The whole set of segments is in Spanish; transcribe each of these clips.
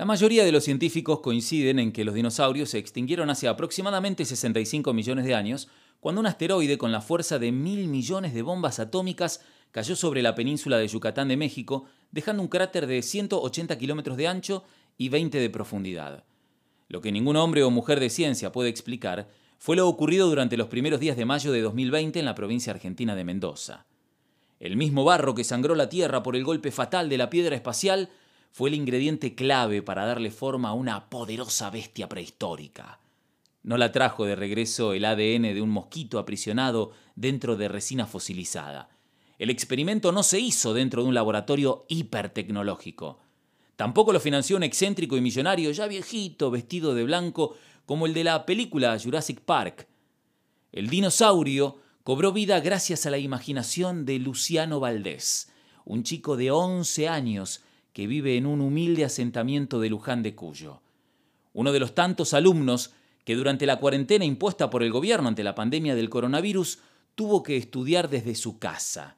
La mayoría de los científicos coinciden en que los dinosaurios se extinguieron hace aproximadamente 65 millones de años, cuando un asteroide con la fuerza de 1.000 millones de bombas atómicas cayó sobre la península de Yucatán de México, dejando un cráter de 180 kilómetros de ancho y 20 de profundidad. Lo que ningún hombre o mujer de ciencia puede explicar fue lo ocurrido durante los primeros días de mayo de 2020 en la provincia argentina de Mendoza. El mismo barro que sangró la Tierra por el golpe fatal de la piedra espacial fue el ingrediente clave para darle forma a una poderosa bestia prehistórica. No la trajo de regreso el ADN de un mosquito aprisionado dentro de resina fosilizada. El experimento no se hizo dentro de un laboratorio hipertecnológico. Tampoco lo financió un excéntrico y millonario ya viejito vestido de blanco como el de la película Jurassic Park. El dinosaurio cobró vida gracias a la imaginación de Luciano Valdés, un chico de 11 años que vive en un humilde asentamiento de Luján de Cuyo. Uno de los tantos alumnos que durante la cuarentena impuesta por el gobierno ante la pandemia del coronavirus tuvo que estudiar desde su casa.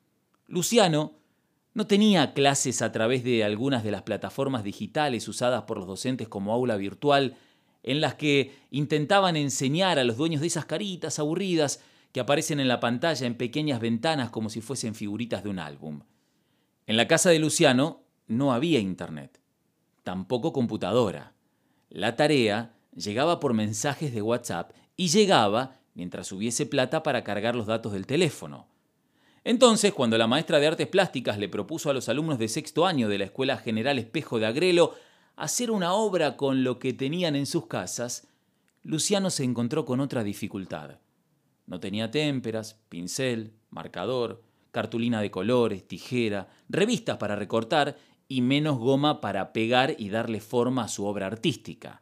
Luciano no tenía clases a través de algunas de las plataformas digitales usadas por los docentes como aula virtual, en las que intentaban enseñar a los dueños de esas caritas aburridas que aparecen en la pantalla en pequeñas ventanas como si fuesen figuritas de un álbum. En la casa de Luciano no había internet, tampoco computadora. La tarea llegaba por mensajes de WhatsApp y llegaba mientras hubiese plata para cargar los datos del teléfono. Entonces, cuando la maestra de artes plásticas le propuso a los alumnos de sexto año de la Escuela General Espejo de Agrelo hacer una obra con lo que tenían en sus casas, Luciano se encontró con otra dificultad. No tenía témperas, pincel, marcador, cartulina de colores, tijera, revistas para recortar y menos goma para pegar y darle forma a su obra artística.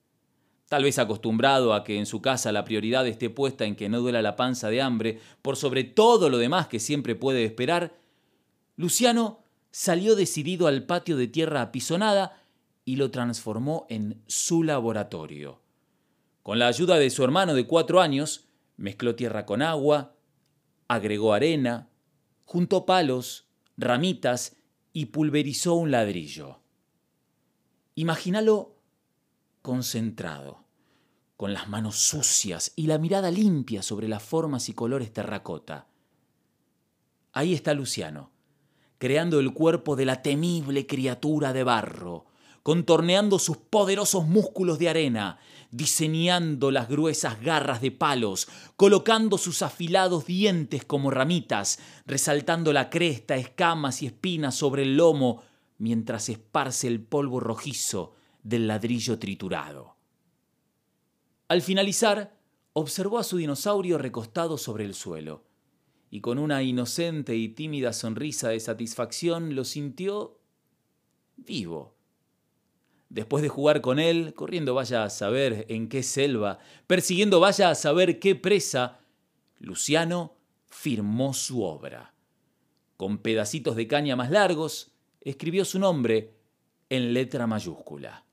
Tal vez acostumbrado a que en su casa la prioridad esté puesta en que no duela la panza de hambre por sobre todo lo demás que siempre puede esperar, Luciano salió decidido al patio de tierra apisonada y lo transformó en su laboratorio. Con la ayuda de su hermano de 4 años, mezcló tierra con agua, agregó arena, juntó palos, ramitas y pulverizó un ladrillo. Imagínalo concentrado, con las manos sucias y la mirada limpia sobre las formas y colores terracota. Ahí está Luciano, creando el cuerpo de la temible criatura de barro, contorneando sus poderosos músculos de arena, diseñando las gruesas garras de palos, colocando sus afilados dientes como ramitas, resaltando la cresta, escamas y espinas sobre el lomo, mientras esparce el polvo rojizo del ladrillo triturado. Al finalizar, observó a su dinosaurio recostado sobre el suelo, y con una inocente y tímida sonrisa de satisfacción lo sintió vivo. Después de jugar con él, corriendo vaya a saber en qué selva, persiguiendo vaya a saber qué presa, Luciano firmó su obra. Con pedacitos de caña más largos, escribió su nombre en letra mayúscula.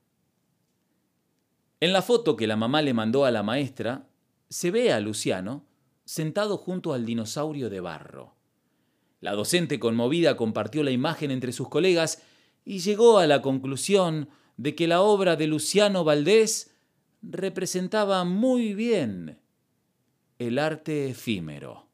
En la foto que la mamá le mandó a la maestra, se ve a Luciano sentado junto al dinosaurio de barro. La docente conmovida compartió la imagen entre sus colegas y llegó a la conclusión de que la obra de Luciano Valdés representaba muy bien el arte efímero.